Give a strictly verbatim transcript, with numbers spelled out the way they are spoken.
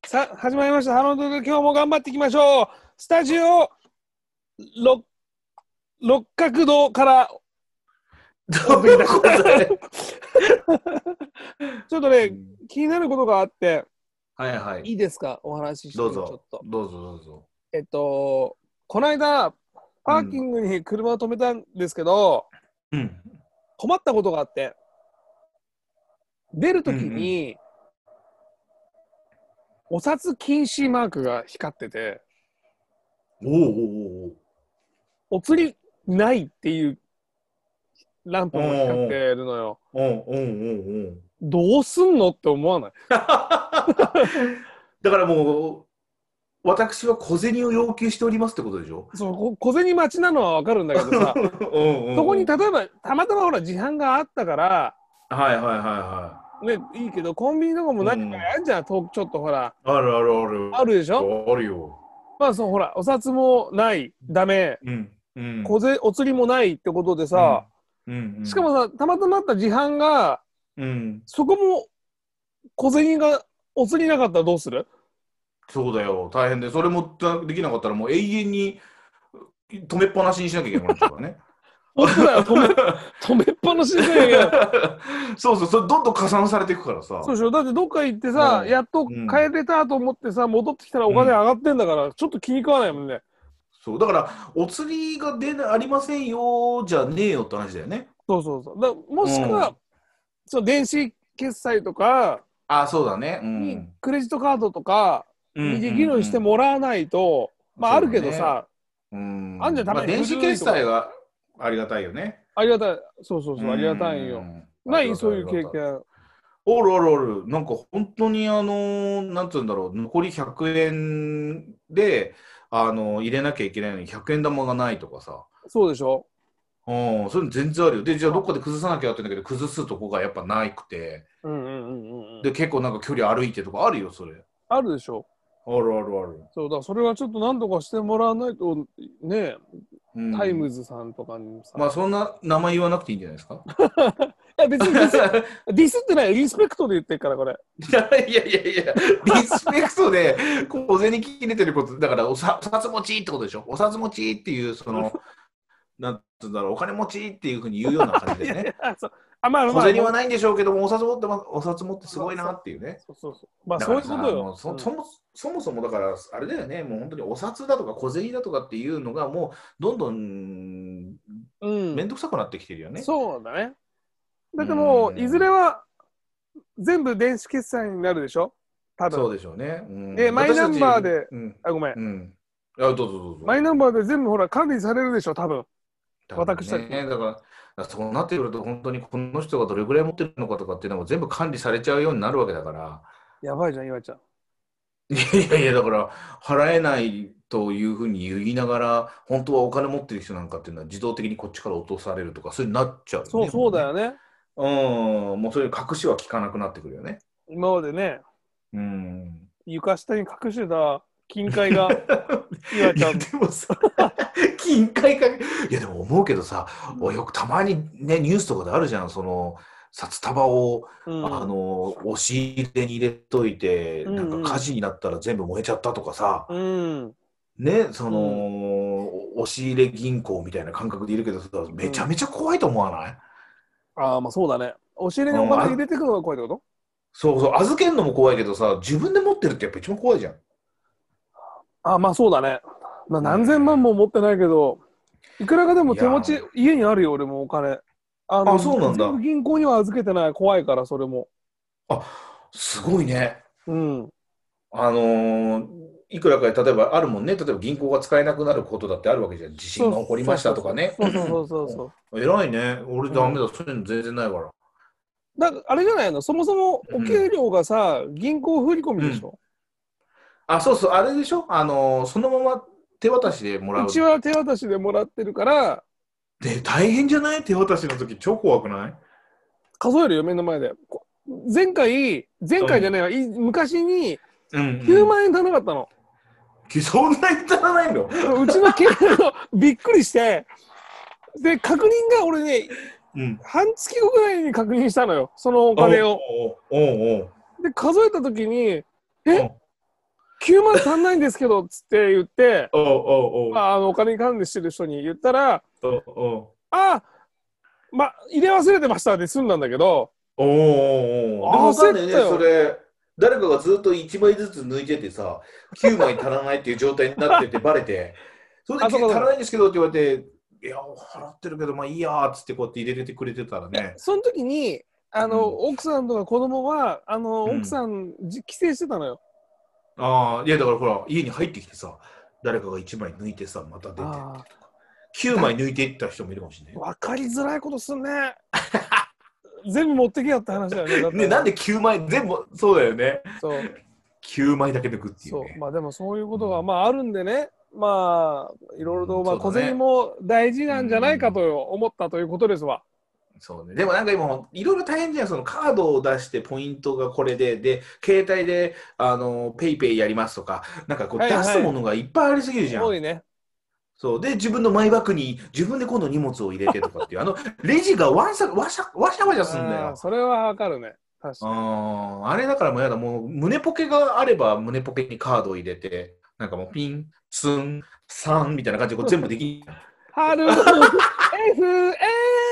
さあ始まりました。ハロードル今日も頑張っていきましょう。スタジオ六六角堂からどういうことだいちょっとね、 うん、 気になることがあって、 はいはい。 いいですか？お話ししてもちょっどうぞ、 と。 どうぞどうぞ。 えっと、この間、パーキうん。 ングに車を止めたんですけど、 うん。 困ったことがあって、出るときうんうん。 に、お札禁止マークが光ってて、 おおおおお釣りないっていうランおプも光っておるのよ。 おおおおおおどうすんのって思わない？ だからもう、私は小銭を要求しておりますってことでしょ？ そう、こ小銭待ちなのはわかるんだけどさ、 うんうそこにんうん。 例えば、たまたまほら、自販があったから、 はいはいはいはね、いいけど、コンビニとかもい。うない場合ん。 あんじゃん、とちょっとほら、 あるあるある。 あるでしょ？ あるよ。 まあ、そう、ほら、お札もない、ダメ、 うん。うん。 小銭、お釣りもないってことでさ、 うん。うん。 しかもさ、たまたまあった自販が、 うん。 そこも小銭が、お釣りなかったらどうする？ そうだよ。大変で。それもできなかったらもう永遠に止めっぱなしにしなきゃいけなくなっちゃうからね。 本当だよ、止め、止めっぱなしにしなきゃいけない。 そうそう、それどんどん加算されていくからさ。 そうでしょ。だってどっか行ってさ、 うん。 やっとうん。 帰れたと思ってさ、戻ってきたらおうん。 金上がってんだから、ちょっと気に食わないもんね。 そう。だから、お釣りが出な、ありませんよ、じゃねえよって話だよね。 そうそうそう。だもうしくは、 ん。 その電子決済とかあ、そうだね。うに、 ん。 クレジットカードとかうんうんにできるようにしてもらわないと、 うん。 まああるそうだね。 けどさ、 うあんじゃん、 ん。まあ、 たまに電子決古いとか。 済がありがたいよね。 ありがたい。そうそううそう、ありがたいんよ。 ん。ありがたい、 ないそういうありがたい。 経験。 あるあるある。なんか本当にあの、なんつうんだろう、残りひゃくえんで、あの、入れなきゃいけないのにひゃくえん玉がないとかさ。 そうでしょ？ うん、そういうの全然あるよ。で、じゃあどっかあ、 で崩さなきゃってんだけど、崩すとこがやっぱなくて。 うんうんうんうんうん。 で、結構なんか距離歩いてとかあるよ、それ。 あるでしょ？ あるあるある。 そうだ、それはちょっと何とかしてもらわないと、ね、 うタイムん。 ズさんとかにさ。 まあそんな名前言わなくていいんじゃないですか。 いや、別にディス、ディスってない。リスペクトで言ってるから、これ。 いやいやいやいや、リスペクトで小銭切れてること、だからおさ、お札持ちってことでしょ。お札持ちっていう、その、なんつうんだろう、お金持ちっていうふうに言うような感じだいやいよね。 や、そう。あ、まあまあ、もう、 小銭はないんでしょうけども、お札持ってます、お札持ってすまあ、 ごいなそっていうね。 うそうそう。まあ、そういうことだからさ、 よ。 もうそ、 うん。 そもそもそもだから、あれだよね、もう本当にお札だとか小銭だとかっていうのが、もうどんどんうん。 めんどくさくなってきてるよね。 そうだね。 うーだってもう、いずれん、 は全部電子決済になるでしょ？多分。 そうでしょうね。うで、 ん、 マイナン私たち、 バーで、 うん、 あ、ごめん。 うん。あ、どうぞどうぞ。 マイナンバーで全部ほら管理されるでしょ？多分。 多分ね、 私たちの。 だから、だからそうなってくると、本当にこの人がどれぐらい持ってるのかとかっていうのも全部管理されちゃうようになるわけだから、 やばいじゃん、岩ちゃん。 いやいやいや、だから、払えないというふうに言いながら、本当はお金持ってる人なんかっていうのは自動的にこっちから落とされるとか、そういうになっちゃうよそう、 ね、もうね。 そうだよね。 うん、もうそういう隠しは効かなくなってくるよね。 今までね、 うん。 床下に隠してた金塊いが、岩ちゃや、 ん。 でもさ、金塊か、いや、でも思うけどさ、およくたまにね、ニュースとかであるじゃん、その、札束を、 うあん。 の、押し入れに入れといて、 うなんか火ん事になったら全部燃えちゃったとかさ、 うん。うん。 ね、そうん。 の、押し入れ銀行みたいな感覚でいるけどさ、めちゃうん。 めちゃ怖いと思わない？ ああ、まあそうだね。お尻におうん、あ、 金入れてくのが怖いってこと？ そうそう、預けるのも怖いけどさ、自分で持ってるってやっぱ一番怖いじゃん。 ああ、まあそうだね。まあう何千万ん。 も持ってないけど、いくらかでもいや手持ち、 ー、 家にあるよ、俺もお金。あの、 あ、そうなん全部だ。 銀行には預けてない。怖いから、それも。 あ、すごいね。 うん。 あのーいくらか例えばあるもんね。例えば銀行が使えなくなることだってあるわけじゃん。地震そうが起こりましそうそうそう。 たとかね。 そうそうそうそうそうん、偉いね。俺う。うん。 ダメだ。そういうの全然ないから。 だあれじゃないの、そもそもお給うん。 料がさ、銀行振り込みうん。 でしょ？ あ、そうそう。あれでしょ？あのーそのまま手渡しでもらう。 うちは手渡しでもらってるから、 で、大変じゃない？手渡しの時超怖くない？ 数えるよ、目の前で。こ前回、前うん。 回じゃないわ、い昔にうんう 9 ん。 万円足らなかったの。 そんなに足らないの？ うちの経理のびっくりして、で、確認が俺ね、 うん。 半月後ぐらいに確認したのよ、そのおおう金を。 おうおうおうで、数えたときに、え、 おう。 きゅうまん足んないんですけどっつって言って、 おうおうおう。 まあ、あのお金に関連してる人に言ったら、 おうおう。 あ、ま、入れ忘れてましたで済んだんだけど、 おーおーおー。でもわかんないね、 焦ったよ。 それ。誰かがずっといちまいずつ抜いててさ、きゅうまい足らないっていう状態になっててバレて、それであ、そうかそうか。 足らないんですけどって言われて、いや、払ってるけど、まあいいやーっつってこうやって入れててくれてたらいや、 ね。 その時に、あの、 うん。 奥さんとか子供は、あの、奥うん。 さん、じ帰省してたのよ。 ああ、いやだからほら、家に入ってきてさ、誰かがいちまい抜いてさ、また出てってああ、 きゅうまいだ、 抜いていった人もいるかもしれないよ。 分かりづらいことすんね。全部持ってけよって話だよね、だったね、 らね。 なんできゅうまい、全部、そうだよね。 そう、 きゅうまいだけ抜くっていうそう。 ね。 まあでもそういうことが、 うん、 まああるんでね、まあ、いろいろうん、 と、まあ小銭そうだね。 も大事うなんじゃないかん。 と思ったということですわ。 そうね。でもなんか今、いろいろ大変じゃん。そのカードを出してポイントがこれで、で、携帯で、あの、ペイペイやりますとか、なんかこう出すはいはい。 ものがいっぱいありすぎるじゃん。 多いね。 そう。で、自分のマイバッグに自分で今度荷物を入れてとかっていう、あの、レジがわんさ、わしゃ、わしゃわしゃすんだああ、 よ。 それはわかるね。確かに。 あーあれだからもうやだ。もう胸ポケがあれば胸ポケにカードを入れて、なんかもうピン、ツン、サンみたいな感じでこう全部できる。 春、エフエー